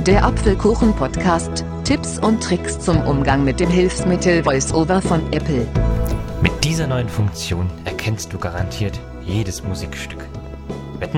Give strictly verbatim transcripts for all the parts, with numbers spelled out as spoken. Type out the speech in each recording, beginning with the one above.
Der Apfelkuchen-Podcast. Tipps und Tricks zum Umgang mit dem Hilfsmittel VoiceOver von Apple. Mit dieser neuen Funktion erkennst du garantiert jedes Musikstück. Wetten?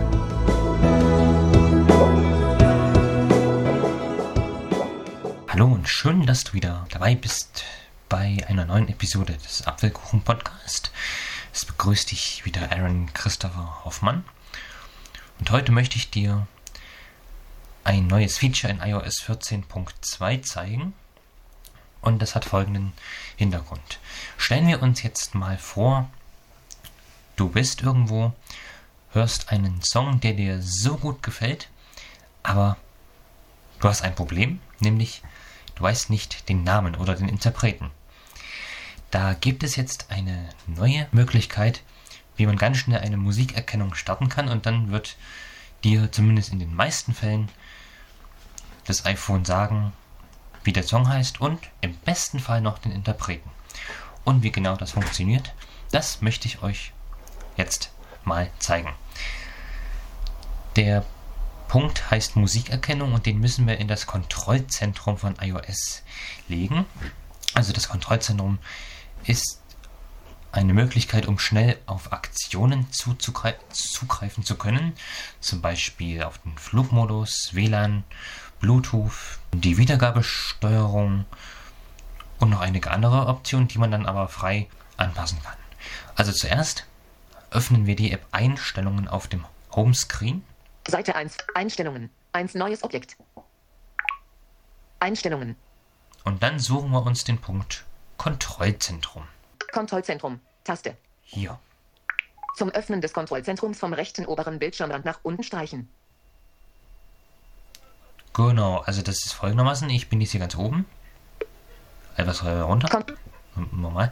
Hallo und schön, dass du wieder dabei bist bei einer neuen Episode des Apfelkuchen-Podcast. Es begrüßt dich wieder Aaron Christopher Hoffmann. Und heute möchte ich dir ein neues Feature in i O S vierzehn Punkt zwei zeigen. Und das hat folgenden Hintergrund. Stellen wir uns jetzt mal vor, du bist irgendwo, hörst einen Song, der dir so gut gefällt, aber du hast ein Problem, nämlich du weißt nicht den Namen oder den Interpreten. Da gibt es jetzt eine neue Möglichkeit, wie man ganz schnell eine Musikerkennung starten kann, und dann wird dir zumindest in den meisten Fällen das iPhone sagen, wie der Song heißt und im besten Fall noch den Interpreten. Und wie genau das funktioniert, das möchte ich euch jetzt mal zeigen. Der Punkt heißt Musikerkennung und den müssen wir in das Kontrollzentrum von iOS legen. Also das Kontrollzentrum ist eine Möglichkeit, um schnell auf Aktionen zuzugre- zugreifen zu können, zum Beispiel auf den Flugmodus, W L A N, Bluetooth, die Wiedergabesteuerung und noch einige andere Optionen, die man dann aber frei anpassen kann. Also zuerst öffnen wir die App Einstellungen auf dem Homescreen. Seite eins. Einstellungen. eins. Neues Objekt. Einstellungen. Und dann suchen wir uns den Punkt Kontrollzentrum. Kontrollzentrum. Taste. Hier. Zum Öffnen des Kontrollzentrums vom rechten oberen Bildschirmrand nach unten streichen. Genau, also das ist folgendermaßen. Ich bin jetzt hier ganz oben. Etwas runter. Kon- Nochmal.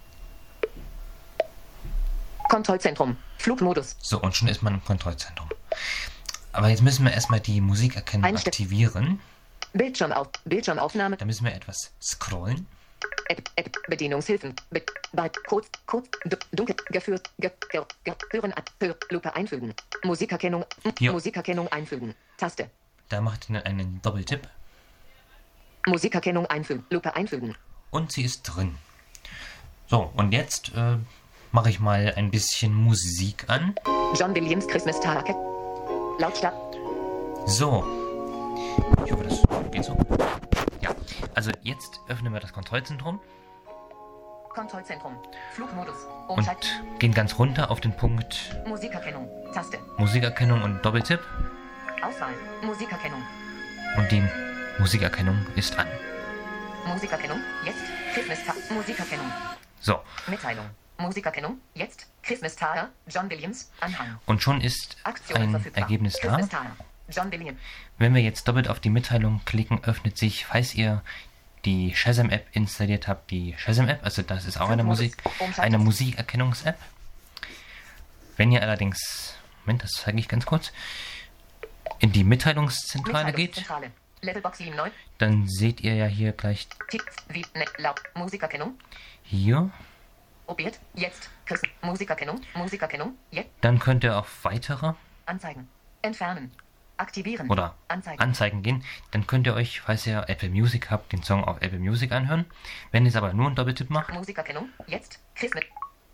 Kontrollzentrum. Flugmodus. So, und schon ist man im Kontrollzentrum. Aber jetzt müssen wir erstmal die Musikerkennung Einste- aktivieren. Bildschirmauf Bildschirmaufnahme. Da müssen wir etwas scrollen. App, App, Bedienungshilfen. Be bei Code, Code, d- dunkel, geführt, ge, ge, ge, hören, an- hör, Lupe einfügen. Musikerkennung, m- Jo. Musikerkennung einfügen. Taste. Da macht ihr einen Doppeltipp. Musikerkennung einfügen. Lupe einfügen. Und sie ist drin. So, und jetzt äh, mache ich mal ein bisschen Musik an. John Williams Christmas Target. Lautstärke. So. Ich hoffe, das geht so. Ja, also jetzt öffnen wir das Kontrollzentrum Kontrollzentrum. Flugmodus. und Umschalt. gehen ganz runter auf den Punkt Musikerkennung. Taste. Musikerkennung und Doppeltipp. Auswahl. Musikerkennung. Und die Musikerkennung ist an. Musikerkennung. Jetzt. Christmas Tar. Musikerkennung. So, Mitteilung. Musikerkennung. Jetzt. Christmas Tar. John Williams. Anhang. und schon ist Aktionen ein verfügbar. Ergebnis da. Christmas Tar. John Williams. Wenn wir jetzt doppelt auf die Mitteilung klicken, öffnet sich, falls ihr die Shazam-App installiert habt, die Shazam-App, also das ist auch eine Musik, eine Musikerkennungs-App. Wenn ihr allerdings, Moment, das zeige ich ganz kurz, in die Mitteilungszentrale geht, Mitteilungszentrale. Levelbox sieben neun. dann seht ihr ja hier gleich Tipp. Wie. Ne, laut. Musikerkennung. hier, Obiert. Jetzt. Chris. Musikerkennung. Musikerkennung. Jetzt. dann könnt ihr auf Weitere Anzeigen. Entfernen. Aktivieren. oder Anzeigen. Anzeigen gehen, dann könnt ihr euch, falls ihr Apple Music habt, den Song auf Apple Music anhören. Wenn ihr es aber nur einen Doppeltipp macht, Musikerkennung. Jetzt. Chris mit.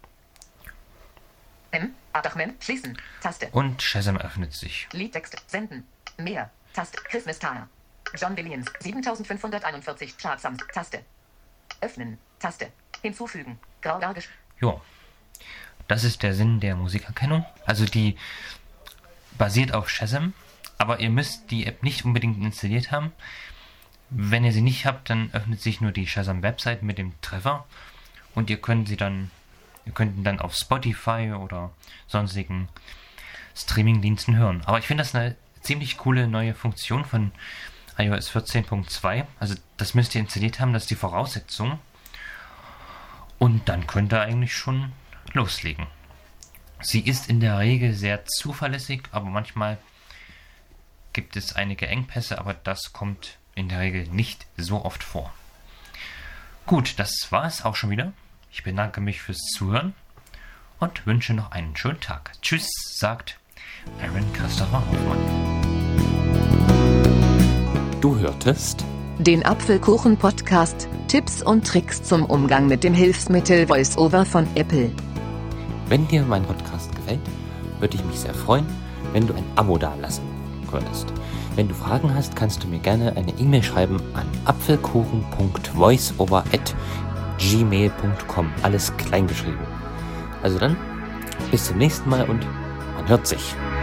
M. Adachmem. Schließen. Taste. und Shazam öffnet sich. Liedtext. Senden. Mehr. Taste. Christmas Tar. John Williams. siebentausendfünfhunderteinundvierzig. Chartsams. Taste. Öffnen. Taste. Hinzufügen. Graulargisch. Jo, das ist der Sinn der Musikerkennung. Also die basiert auf Shazam, aber ihr müsst die App nicht unbedingt installiert haben. Wenn ihr sie nicht habt, dann öffnet sich nur die Shazam-Website mit dem Treffer und ihr könnt sie dann, ihr könnt ihn dann auf Spotify oder sonstigen Streaming-Diensten hören. Aber ich finde das eine ziemlich coole neue Funktion von i O S vierzehn Punkt zwei. Also das müsst ihr installiert haben, das ist die Voraussetzung. Und dann könnt ihr eigentlich schon loslegen. Sie ist in der Regel sehr zuverlässig, aber manchmal gibt es einige Engpässe, aber das kommt in der Regel nicht so oft vor. Gut, das war es auch schon wieder. Ich bedanke mich fürs Zuhören und wünsche noch einen schönen Tag. Tschüss, sagt Aaron Christopher Hoffmann. Du hörtest den Apfelkuchen-Podcast, Tipps und Tricks zum Umgang mit dem Hilfsmittel VoiceOver von Apple. Wenn dir mein Podcast gefällt, würde ich mich sehr freuen, wenn du ein Abo dalassen könntest. Wenn du Fragen hast, kannst du mir gerne eine E-Mail schreiben an apfelkuchen punkt voiceover at gmail punkt com. Alles klein geschrieben. Also dann, bis zum nächsten Mal und man hört sich.